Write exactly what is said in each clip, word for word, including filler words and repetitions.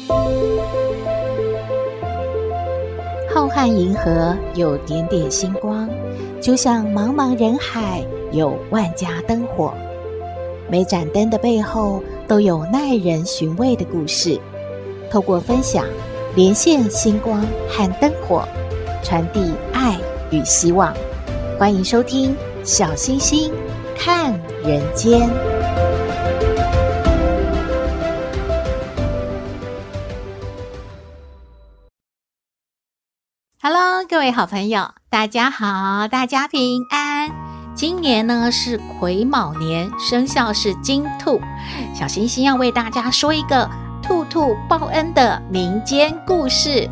浩瀚银河有点点星光，就像茫茫人海有万家灯火。每盏灯的背后都有耐人寻味的故事。透过分享，连线星光和灯火，传递爱与希望。欢迎收听小星星看人间。Hello， 各位好朋友，大家好，大家平安。今年呢是癸卯年，生肖是金兔。小星星要为大家说一个兔兔报恩的民间故事。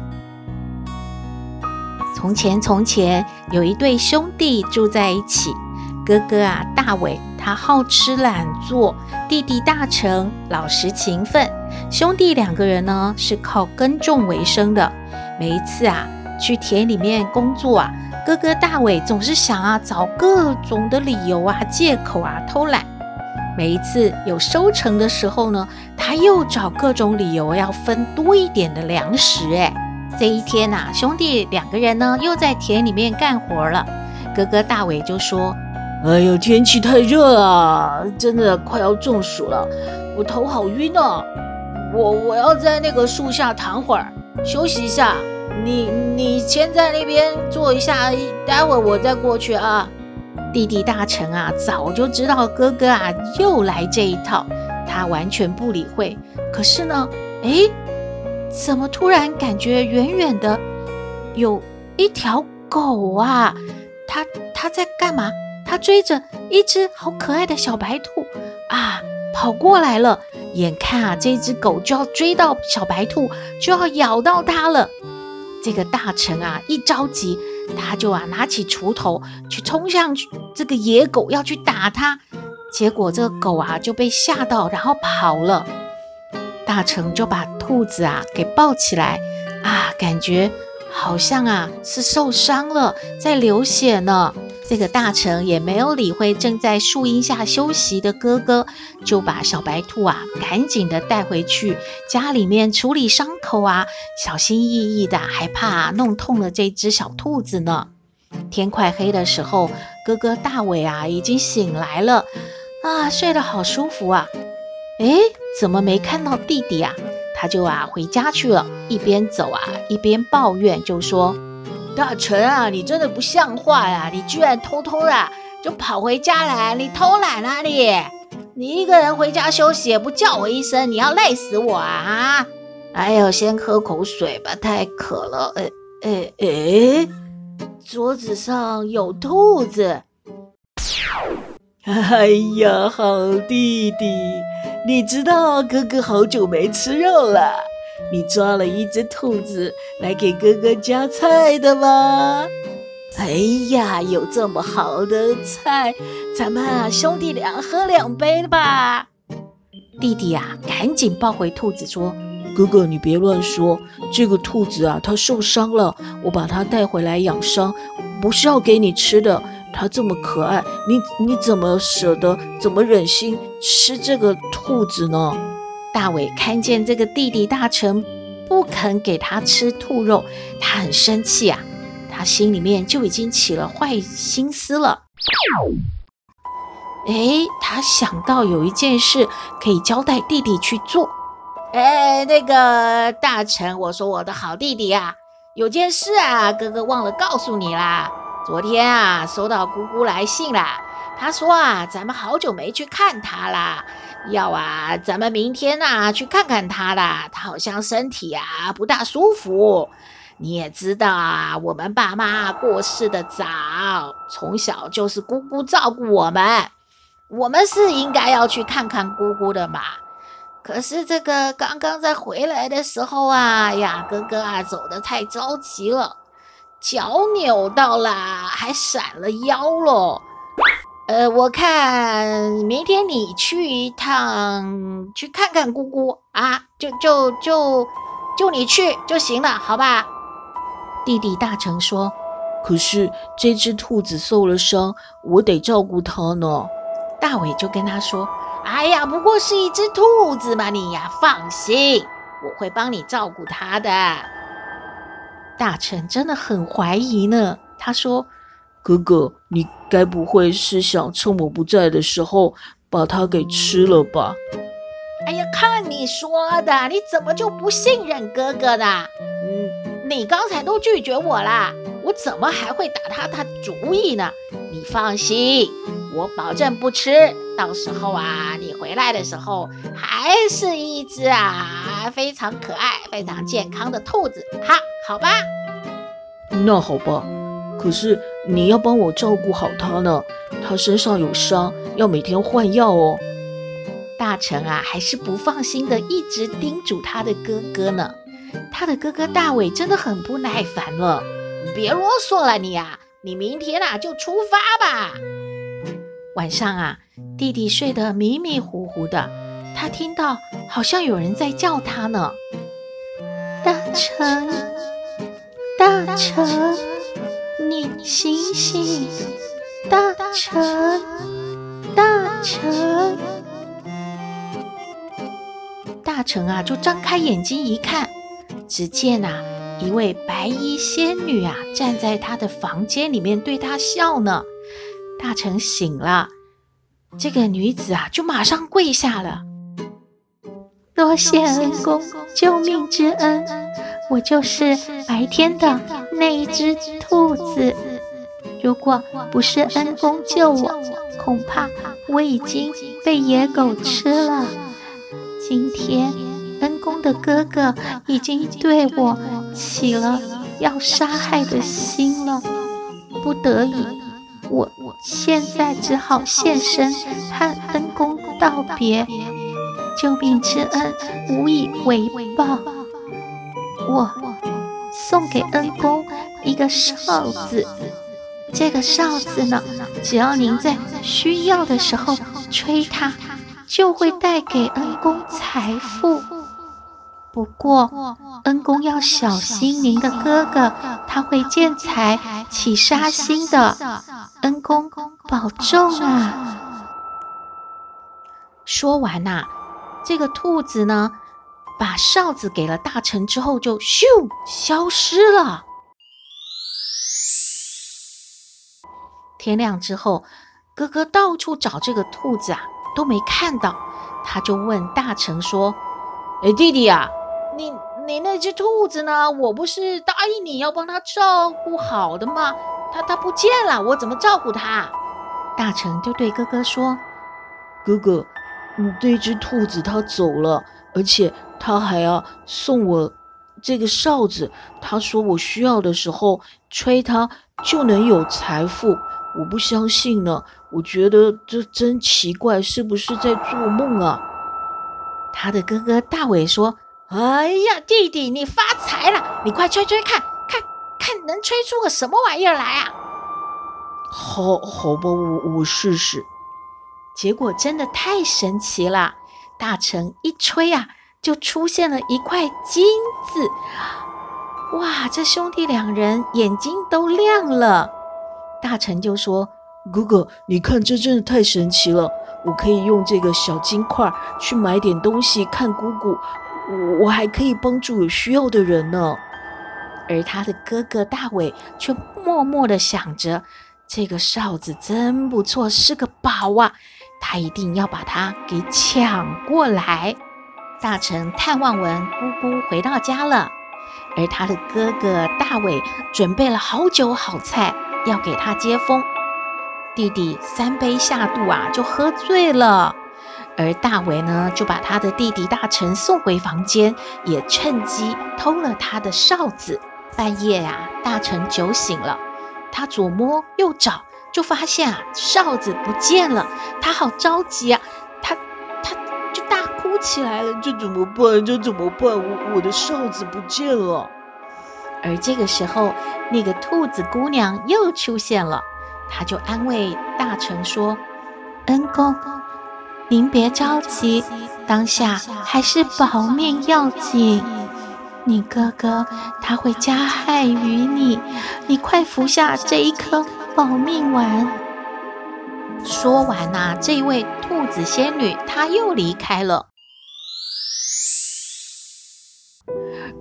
从前从前有一对兄弟住在一起，哥哥啊大伟他好吃懒做，弟弟大成老实勤奋。兄弟两个人呢是靠耕种为生的。每一次啊去田里面工作啊，哥哥大伟总是想啊找各种的理由啊借口啊偷懒。每一次有收成的时候呢，他又找各种理由要分多一点的粮食。哎，这一天啊，兄弟两个人呢又在田里面干活了。哥哥大伟就说：哎呦，天气太热了，真的快要中暑了，我头好晕哦，我我要在那个树下躺会儿休息一下，你你先在那边坐一下，待会我再过去啊。弟弟大成啊早就知道哥哥啊又来这一套，他完全不理会。可是呢，诶，怎么突然感觉远远的有一条狗啊，它它在干嘛？它追着一只好可爱的小白兔啊跑过来了。眼看啊这只狗就要追到小白兔，就要咬到它了。这个大成啊一着急，他就啊拿起锄头去冲向这个野狗，要去打它。结果这个狗啊就被吓到，然后跑了。大成就把兔子啊给抱起来啊，感觉好像啊是受伤了，在流血呢。这个大成也没有理会正在树荫下休息的哥哥，就把小白兔啊赶紧的带回去家里面处理伤口啊，小心翼翼的，还怕啊弄痛了这只小兔子呢。天快黑的时候，哥哥大伟啊已经醒来了啊，睡得好舒服啊。诶，怎么没看到弟弟啊？他就啊回家去了，一边走啊一边抱怨，就说：大成啊，你真的不像话呀！你居然偷偷的就跑回家来，你偷懒啊你！你一个人回家休息也不叫我一声，你要累死我啊！哎呦，先喝口水吧，太渴了。哎哎哎，桌子上有兔子！哎呀，好弟弟，你知道哥哥好久没吃肉了。你抓了一只兔子来给哥哥夹菜的吗？哎呀，有这么好的菜，咱们啊兄弟俩喝两杯吧。弟弟啊赶紧抱回兔子说：哥哥你别乱说，这个兔子啊它受伤了，我把它带回来养伤，不是要给你吃的。它这么可爱，你你怎么舍得，怎么忍心吃这个兔子呢？大伟看见这个弟弟大成不肯给他吃兔肉，他很生气啊，他心里面就已经起了坏心思了。诶，他想到有一件事可以交代弟弟去做。诶，那个大成，我说我的好弟弟啊，有件事啊，哥哥忘了告诉你啦。昨天啊，收到姑姑来信啦，他说啊，咱们好久没去看他啦。要啊，咱们明天啊去看看他啦，他好像身体啊不大舒服。你也知道啊，我们爸妈过世的早，从小就是姑姑照顾我们，我们是应该要去看看姑姑的嘛。可是这个刚刚在回来的时候啊，呀，哥哥啊走得太着急了，脚扭到了，还闪了腰了。呃，我看明天你去一趟，去看看姑姑啊，就就就就你去就行了，好吧？弟弟大成说：可是这只兔子受了伤，我得照顾它呢。大伟就跟他说：哎呀，不过是一只兔子嘛，你呀放心， 我会帮你照顾他的。大臣真的很怀疑呢，他说： 哥哥，你该不会是想趁我不在的时候把它给吃了吧？ 哎呀，看你说的，你怎么就不信任哥哥呢？嗯，你刚才都拒绝我啦，我怎么还会打他他主意呢？你放心，我保证不吃。到时候啊，你回来的时候还是一只啊非常可爱、非常健康的兔子，哈，好吧？ 那好吧，可是你要帮我照顾好它呢，它身上有伤，要每天换药哦。 大臣啊，还是不放心的，一直叮嘱他的哥哥呢。他的哥哥大伟真的很不耐烦了，别啰嗦了你啊，你明天啊就出发吧。晚上啊，弟弟睡得迷迷糊糊的，他听到好像有人在叫他呢。大臣，大臣，你醒醒！大臣，大臣。大臣啊，就张开眼睛一看，只见啊，一位白衣仙女啊，站在他的房间里面对他笑呢。大臣醒了，这个女子啊，就马上跪下了。多谢恩公救命之恩，我就是白天的那一只兔子。如果不是恩公救我，恐怕我已经被野狗吃了。今天恩公的哥哥已经对我起了要杀害的心了，不得已，我现在只好现身和恩公道别。救命之恩无以为报，我送给恩公一个哨子。这个哨子呢，只要您在需要的时候吹它，就会带给恩公财富。不过恩公要小心您的哥哥，他会见财起杀心的，恩公保重啊。说完啊，这个兔子呢，把哨子给了大臣之后就咻消失了。天亮之后，哥哥到处找这个兔子啊，都没看到。他就问大臣说：哎，弟弟啊，你你那只兔子呢？我不是答应你要帮它照顾好的吗？它它不见了，我怎么照顾它？大臣就对哥哥说： 哥哥，你这只兔子它走了，而且它还要送我这个哨子，他说我需要的时候吹它就能有财富。我不相信呢，我觉得这真奇怪，是不是在做梦啊？ 他的哥哥大伟说：哎呀，弟弟，你发财了，你快吹吹看，看看能吹出个什么玩意儿来啊？ 好好吧，我我试试。 结果真的太神奇了，大臣一吹啊，就出现了一块金子。哇，这兄弟两人眼睛都亮了。大臣就说： 哥哥，你看这真的太神奇了，我可以用这个小金块去买点东西，看姑姑，我我还可以帮助有需要的人呢。 而他的哥哥大伟却默默地想着，这个哨子真不错，是个宝啊，他一定要把它给抢过来。大臣探望完姑姑回到家了，而他的哥哥大伟准备了好酒好菜要给他接风。弟弟三杯下肚啊，就喝醉了。而大伟呢，就把他的弟弟大臣送回房间，也趁机偷了他的哨子。半夜啊，大臣酒醒了，他左摸右找，就发现啊，哨子不见了。他好着急啊，他他就大哭起来了。 这怎么办？这怎么办？我我的哨子不见了。 而这个时候，那个兔子姑娘又出现了，她就安慰大臣说：恩公，您别着急，当下还是保命要紧。你哥哥他会加害于你，你快服下这一颗保命丸。说完啊，这位兔子仙女她又离开了。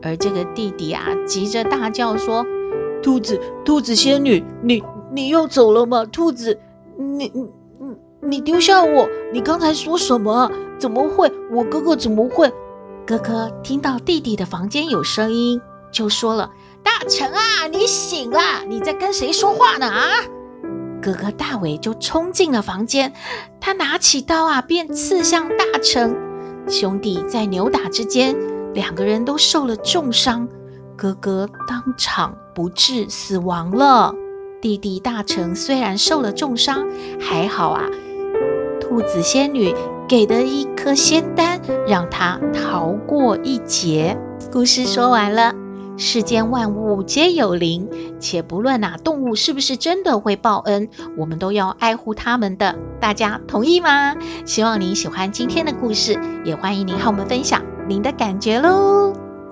而这个弟弟啊，急着大叫说： 兔子，兔子仙女，你你又走了吗？兔子，你你你丢下我，你刚才说什么啊？怎么会？我哥哥怎么会？ 哥哥听到弟弟的房间有声音，就说了：大成啊，你醒啦！你在跟谁说话呢啊？哥哥大伟就冲进了房间，他拿起刀啊，便刺向大成。兄弟在扭打之间，两个人都受了重伤，哥哥当场不治死亡了。弟弟大成虽然受了重伤，还好啊，兔子仙女给的一颗仙丹，让他逃过一劫。故事说完了。世间万物皆有灵，且不论啊动物是不是真的会报恩，我们都要爱护它们的。大家同意吗？希望您喜欢今天的故事，也欢迎您和我们分享您的感觉咯。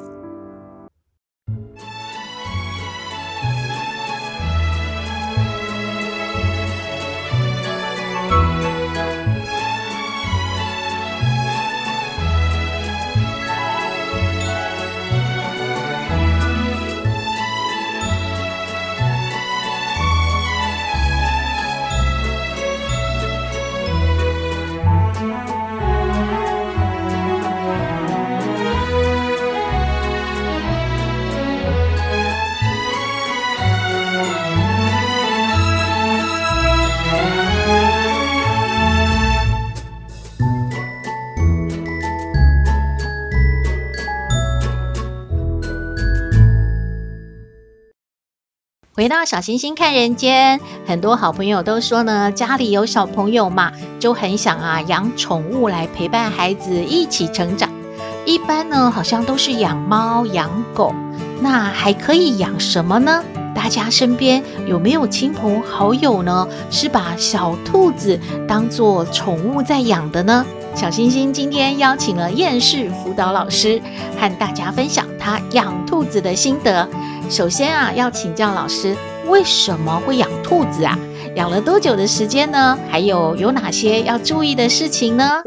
回到小星星看人间，很多好朋友都说呢，家里有小朋友嘛，就很想啊养宠物来陪伴孩子一起成长。一般呢好像都是养猫养狗，那还可以养什么呢？大家身边有没有亲朋好友呢，是把小兔子当作宠物在养的呢？小星星今天邀请了厌世辅导老师，和大家分享他养兔子的心得。首先啊，要请教老师，为什么会养兔子啊？养了多久的时间呢？还有有哪些要注意的事情呢？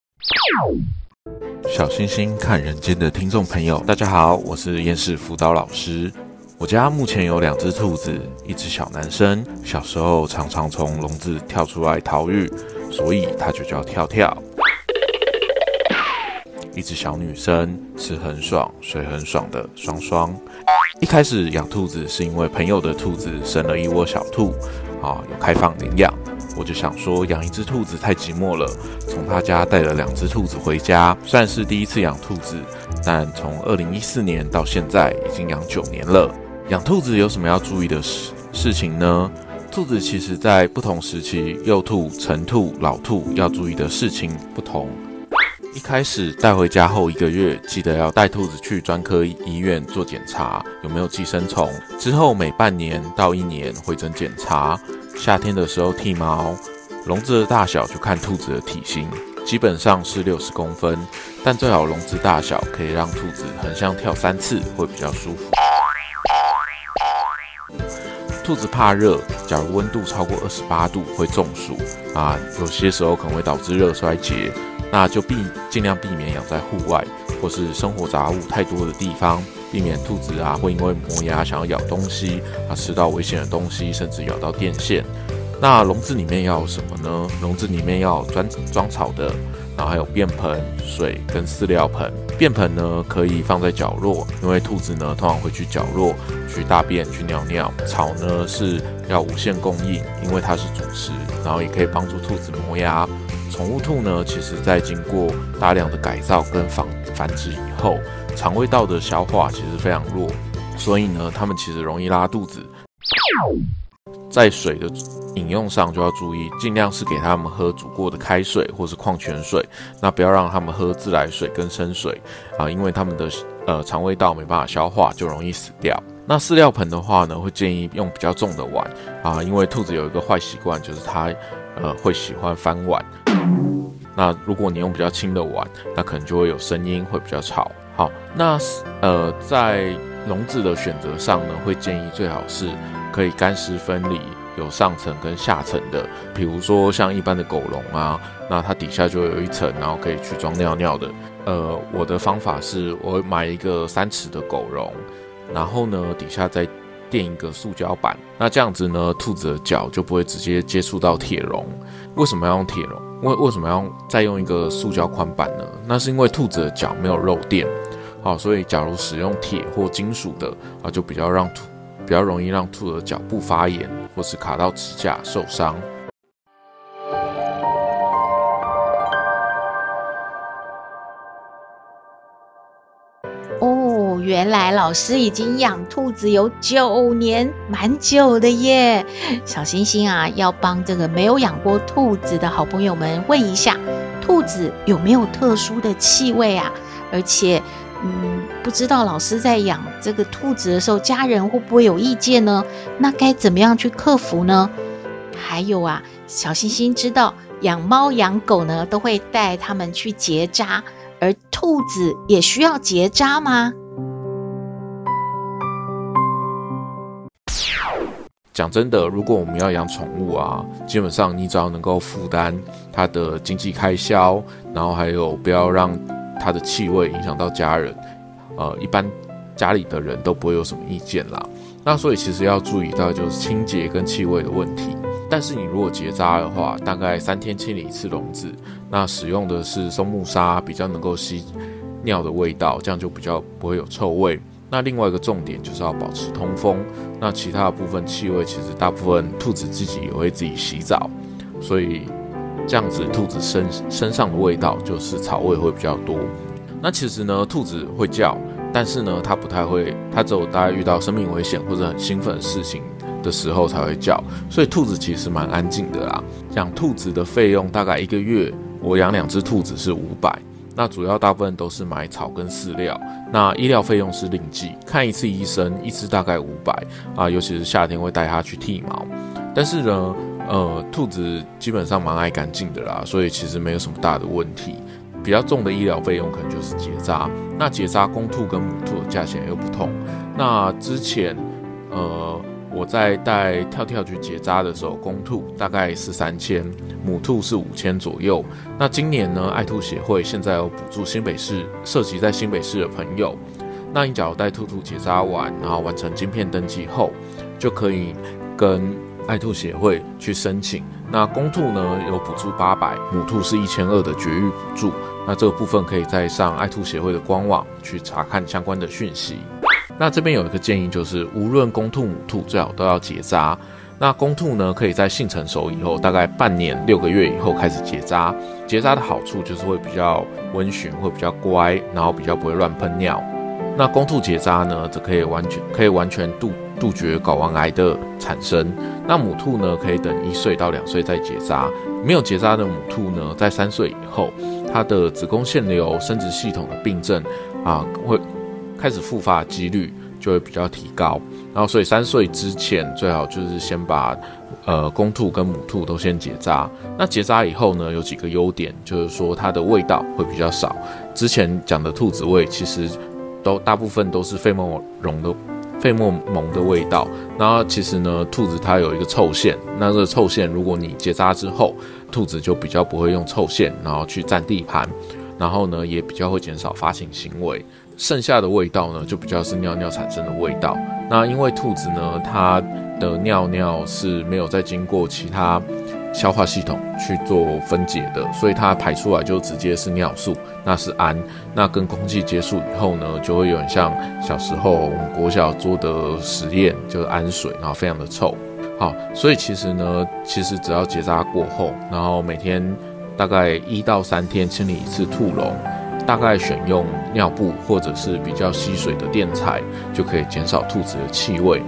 小星星看人间的听众朋友，大家好，我是厌世辅导老师。我家目前有两只兔子，一只小男生，小时候常常从笼子跳出来逃狱，所以他就叫跳跳。一只小女生，吃很爽，睡很爽的双双。一开始养兔子是因为朋友的兔子生了一窝小兔，啊，有开放领养，我就想说养一只兔子太寂寞了，从他家带了两只兔子回家。虽然是第一次养兔子，但从二零一四年到现在已经养九年了。养兔子有什么要注意的事事情呢？兔子其实在不同时期，幼兔、成兔、老兔要注意的事情不同。一开始带回家后一个月，记得要带兔子去专科医院做检查，有没有寄生虫。之后每半年到一年回诊检查。夏天的时候剃毛，笼子的大小就看兔子的体型，基本上是六十公分，但最好笼子大小可以让兔子横向跳三次，会比较舒服。兔子怕热，假如温度超过二十八度会中暑啊，有些时候可能会导致热衰竭。那就避尽量避免养在户外或是生活杂物太多的地方，避免兔子啊会因为磨牙想要咬东西啊，吃到危险的东西，甚至咬到电线。那笼子里面要有什么呢？笼子里面要有专装草的，然后还有便盆、水跟饲料盆。便盆呢可以放在角落，因为兔子呢通常会去角落去大便、去尿尿。草呢是要无限供应，因为它是主食，然后也可以帮助兔子磨牙。宠物兔呢，其实在经过大量的改造跟繁繁殖以后，肠胃道的消化其实非常弱，所以呢，它们其实容易拉肚子。在水的饮用上就要注意，尽量是给它们喝煮过的开水或是矿泉水，那不要让它们喝自来水跟生水啊，因为它们的呃肠胃道没办法消化，就容易死掉。那饲料盆的话呢，会建议用比较重的碗啊，因为兔子有一个坏习惯，就是它呃会喜欢翻碗。那如果你用比较轻的碗，那可能就会有声音，会比较吵。好，那呃在笼子的选择上呢，会建议最好是可以干湿分离，有上层跟下层的，比如说像一般的狗笼啊，那它底下就有一层，然后可以去装尿尿的。 呃，我的方法是我买一个三尺的狗笼，然后呢底下再垫一个塑胶板，那这样子呢，兔子的脚就不会直接接触到铁笼。为什么要用铁笼？为为什么要再用一个塑胶宽板呢？那是因为兔子的脚没有肉垫，好，所以假如使用铁或金属的啊，就比较让兔比较容易让兔子的脚部发炎，或是卡到指甲受伤。 哦，原来老师已经养兔子有九年，蛮久的耶。小星星啊，要帮这个没有养过兔子的好朋友们问一下，兔子有没有特殊的气味啊？而且，嗯，不知道老师在养这个兔子的时候，家人会不会有意见呢？那该怎么样去克服呢？还有啊，小星星知道养猫养狗呢，都会带它们去结扎。而兔子也需要结扎吗？ 讲真的，如果我们要养宠物啊，基本上你只要能够负担它的经济开销，然后还有不要让它的气味影响到家人，呃，一般家里的人都不会有什么意见啦。那所以其实要注意到就是清洁跟气味的问题。但是你如果结扎的话，大概三天清理一次笼子，那使用的是松木砂，比较能够吸尿的味道，这样就比较不会有臭味。那另外一个重点就是要保持通风，那其他的部分气味其实大部分兔子自己也会自己洗澡，所以这样子兔子 身, 身上的味道就是草味会比较多。那其实呢，兔子会叫，但是呢它不太会，它只有大概遇到生命危险或者很兴奋的事情的时候才会叫，所以兔子其实蛮安静的啦。养兔子的费用大概一个月，我养两只兔子是五百，那主要大部分都是买草跟饲料，那医疗费用是另计，看一次医生一只大概五百啊，尤其是夏天会带它去剃毛。但是呢，呃，兔子基本上蛮爱干净的啦，所以其实没有什么大的问题。比较重的医疗费用可能就是结扎，那结扎公兔跟母兔的价钱又不同。那之前，呃。我在带跳跳去结扎的时候，公兔大概是三千，母兔是五千左右。那今年呢，爱兔协会现在有补助新北市涉及在新北市的朋友，那你假如带兔兔结扎完，然后完成晶片登记后，就可以跟爱兔协会去申请。那公兔呢有补助八百，母兔是一千二的绝育补助。那这个部分可以再上爱兔协会的官网去查看相关的讯息。那这边有一个建议，就是无论公兔母兔最好都要结扎。那公兔呢，可以在性成熟以后，大概半年六个月以后开始结扎。结扎的好处就是会比较温驯，会比较乖，然后比较不会乱喷尿。那公兔结扎呢，则可以完全可以完全杜杜绝睾丸癌的产生。那母兔呢，可以等一岁到两岁再结扎。没有结扎的母兔呢，在三岁以后，它的子宫腺瘤、生殖系统的病症啊，会开始复发的几率就会比较提高，然后所以三岁之前最好就是先把呃公兔跟母兔都先结扎。那结扎以后呢，有几个优点，就是说它的味道会比较少。之前讲的兔子味其实都大部分都是费莫蒙的费莫蒙的味道。然后其实呢，兔子它有一个臭腺，那这个臭腺如果你结扎之后，兔子就比较不会用臭腺然后去占地盘，然后呢也比较会减少发情行为。剩下的味道呢，就比较是尿尿产生的味道。那因为兔子呢，它的尿尿是没有再经过其他消化系统去做分解的，所以它排出来就直接是尿素，那是氨。那跟空气接触以后呢，就会有点像小时候我们国小做的实验，就是氨水，然后非常的臭。好，所以其实呢，其实只要结扎过后，然后每天大概一到三天清理一次兔笼。大概选用尿布或者是比较吸水的垫材，就可以减少兔子的气味。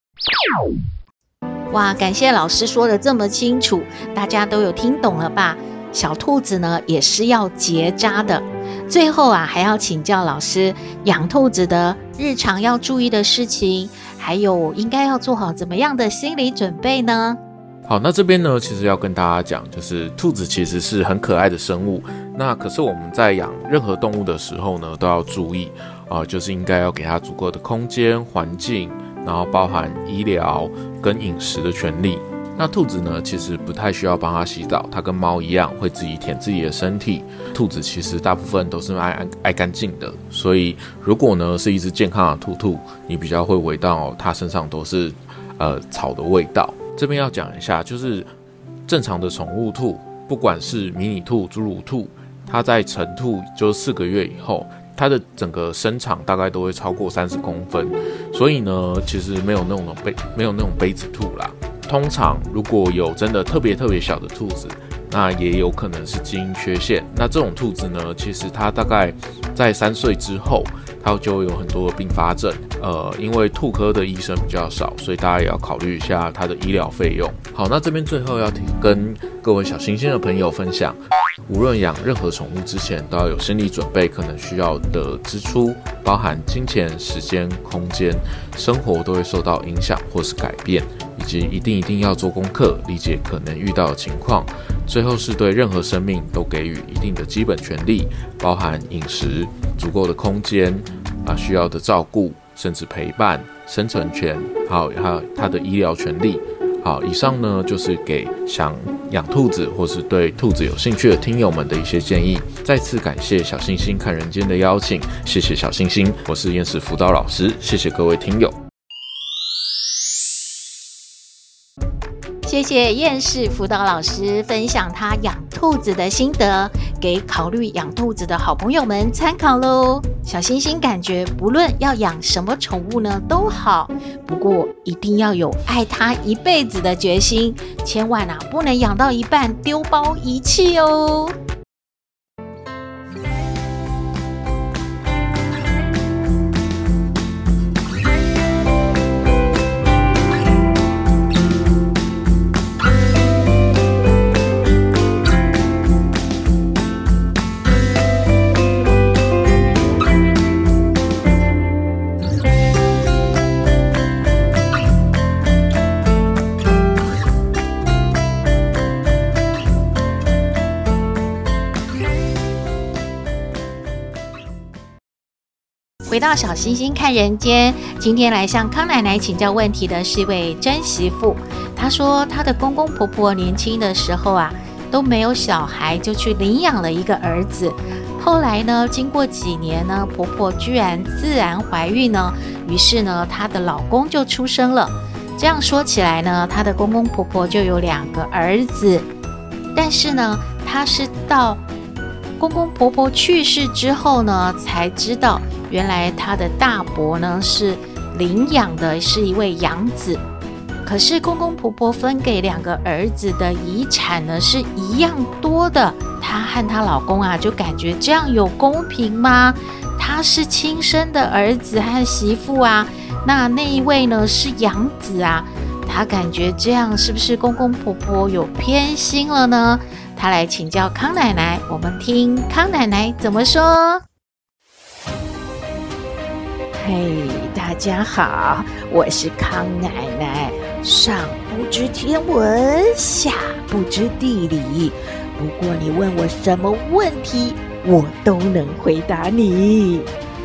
哇，感谢老师说的这么清楚，大家都有听懂了吧？小兔子呢也是要结扎的。最后啊，还要请教老师，养兔子的日常要注意的事情，还有应该要做好怎么样的心理准备呢？ 好，那这边呢，其实要跟大家讲，就是兔子其实是很可爱的生物。那可是我们在养任何动物的时候呢，都要注意啊、呃，就是应该要给它足够的空间、环境，然后包含医疗跟饮食的权利。 那兔子呢，其实不太需要帮它洗澡，它跟猫一样会自己舔自己的身体。兔子其实大部分都是爱爱干净的，所以如果呢是一只健康的兔兔，你比较会闻到它身上都是呃草的味道。这边要讲一下，就是正常的宠物兔，不管是迷你兔、侏儒兔，它在成兔就是四个月以后，它的整个身长大概都会超过三十公分，所以呢，其实没有那种杯没有那种杯子兔啦。通常如果有真的特别特别小的兔子，那也有可能是基因缺陷。那这种兔子呢，其实它大概在三岁之后，它就会有很多的并发症。呃，因为兔科的医生比较少，所以大家也要考虑一下它的医疗费用。好，那这边最后要跟各位小星星的朋友分享，无论养任何宠物之前，都要有心理准备可能需要的支出，包含金钱、时间、空间，生活都会受到影响或是改变，以及一定一定要做功课，理解可能遇到的情况。最后是对任何生命都给予一定的基本权利，包含饮食、足够的空间啊，需要的照顾，甚至陪伴、生存权，还有还有它的医疗权利。好，以上呢就是给想养兔子或是对兔子有兴趣的听友们的一些建议。再次感谢小星星看人间的邀请，谢谢小星星，我是厌世辅导老师，谢谢各位听友。 谢谢厌世辅导老师分享他养兔子的心得，给考虑养兔子的好朋友们参考咯。小星星感觉不论要养什么宠物呢都好，不过一定要有爱它一辈子的决心，千万啊不能养到一半丢包遗弃哦。回到小星星看人间，今天来向康奶奶请教问题的是一位真媳妇。她说她的公公婆婆年轻的时候啊都没有小孩，就去领养了一个儿子。后来呢，经过几年呢，婆婆居然自然怀孕呢，于是呢，她的老公就出生了。这样说起来呢，她的公公婆婆就有两个儿子，但是呢，她是到公公婆婆去世之后呢，才知道原来她的大伯呢是领养的，是一位养子。可是公公婆婆分给两个儿子的遗产呢是一样多的，她和她老公啊就感觉这样有公平吗？他是亲生的儿子和媳妇啊，那那一位呢是养子啊，她感觉这样是不是公公婆婆有偏心了呢？她来请教康奶奶，我们听康奶奶怎么说。 嘿，大家好，我是康奶奶，上不知天文，下不知地理，不过你问我什么问题，我都能回答你。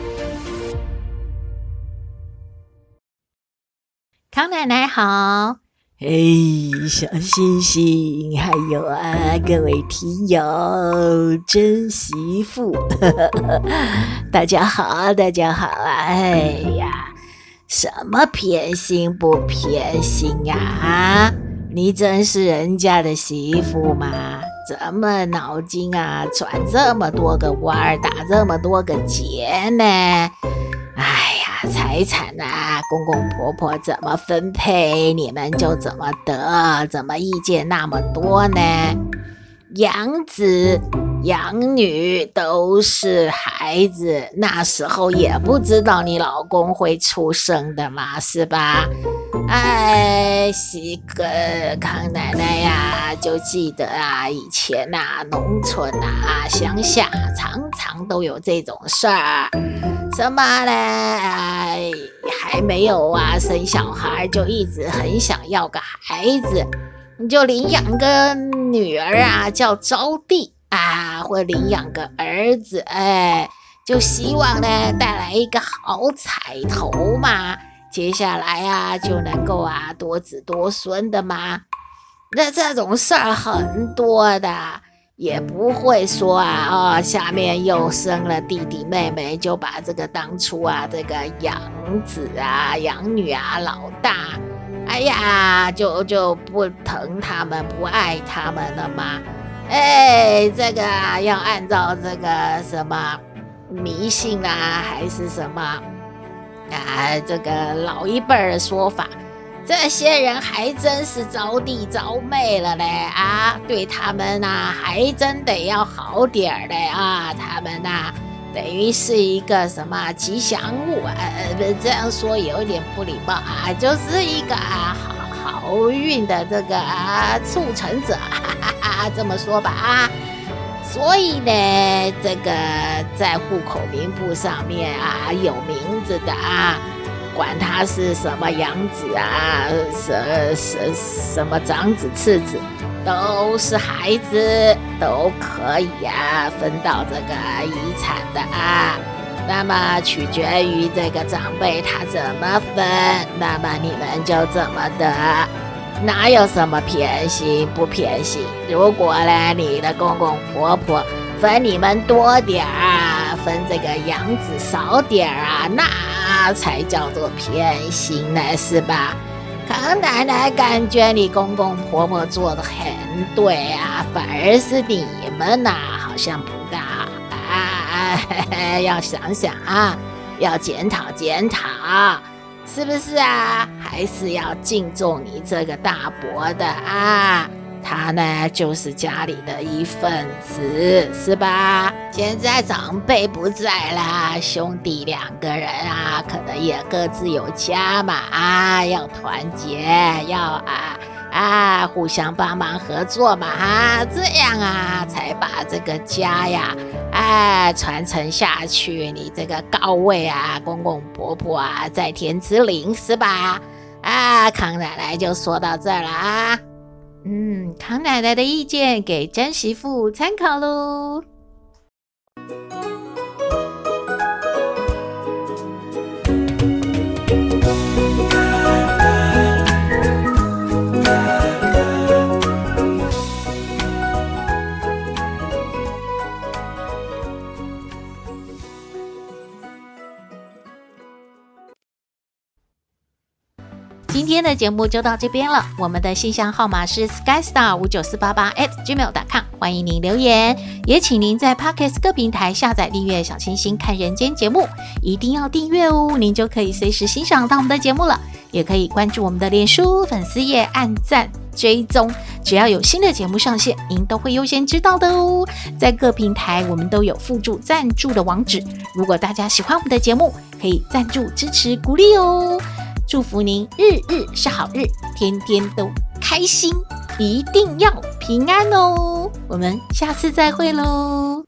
康奶奶好。 嘿，小星星，还有啊，各位听友，真媳妇，大家好，大家好啊！哎呀，什么偏心不偏心呀？啊，你真是人家的媳妇吗？怎么脑筋啊转这么多个弯儿，打这么多个结呢？哎呀，财产啊，公公婆婆怎么分配，你们就怎么得，怎么意见那么多呢？养子养女都是孩子，那时候也不知道你老公会出生的嘛，是吧？哎，西个康奶奶呀，就记得啊，以前啊，农村啊，乡下常常都有这种事儿。什么呢？哎，还没有啊，生小孩就一直很想要个孩子，你就领养个女儿啊，叫招娣啊，或领养个儿子，哎，就希望呢带来一个好彩头嘛，接下来啊就能够啊多子多孙的嘛。 那这种事儿很多的，也不会说啊，哦，下面又生了弟弟妹妹，就把这个当初啊这个养子啊、养女啊、老大，哎呀，就就不疼他们、不爱他们了吗？哎，这个啊，要按照这个什么迷信啦、啊，还是什么啊？这个老一辈儿的说法，这些人还真是招弟招妹了嘞啊！对他们呐、啊，还真得要好点儿的啊！他们呐、啊，等于是一个什么吉祥物啊？呃，这样说有点不礼貌啊，就是一个啊好好运的这个啊促成者，哈哈哈，这么说吧啊。所以呢，这个在户口名簿上面啊有名字的啊。管他是什么养子啊，什什什么长子、次子，都是孩子，都可以啊分到这个遗产的啊。那么取决于这个长辈他怎么分，那么你们就怎么得，哪有什么偏心不偏心？如果呢，你的公公婆婆分你们多点儿，分这个养子少点儿啊，那才叫做偏心呢，是吧？康奶奶感觉你公公婆婆做得很对啊，反而是你们呐、啊，好像不大好啊，嘿嘿，要想想啊，要检讨检讨，是不是啊？还是要敬重你这个大伯的啊。他呢，就是家里的一份子，是吧？现在长辈不在啦，兄弟两个人啊，可能也各自有家嘛，啊，要团结，要啊啊，互相帮忙合作嘛，哈，这样啊，才把这个家呀，哎，传承下去。你这个高位啊，公公婆婆啊，在天之灵，是吧？啊，康奶奶就说到这儿了啊。 嗯，康奶奶的意见给詹媳妇参考喽。今天的节目就到这边了，我们的信箱号码是 skystar 五九四八八 at gmail dot com， 欢迎您留言，也请您在 Podcast 各平台下载订阅小清新看人间节目，一定要订阅哦，您就可以随时欣赏到我们的节目了。也可以关注我们的脸书粉丝页，按赞追踪，只要有新的节目上线，您都会优先知道的哦。在各平台我们都有附注赞助的网址，如果大家喜欢我们的节目，可以赞助支持鼓励哦。祝福您日日是好日，天天都开心，一定要平安哦！我们下次再会喽。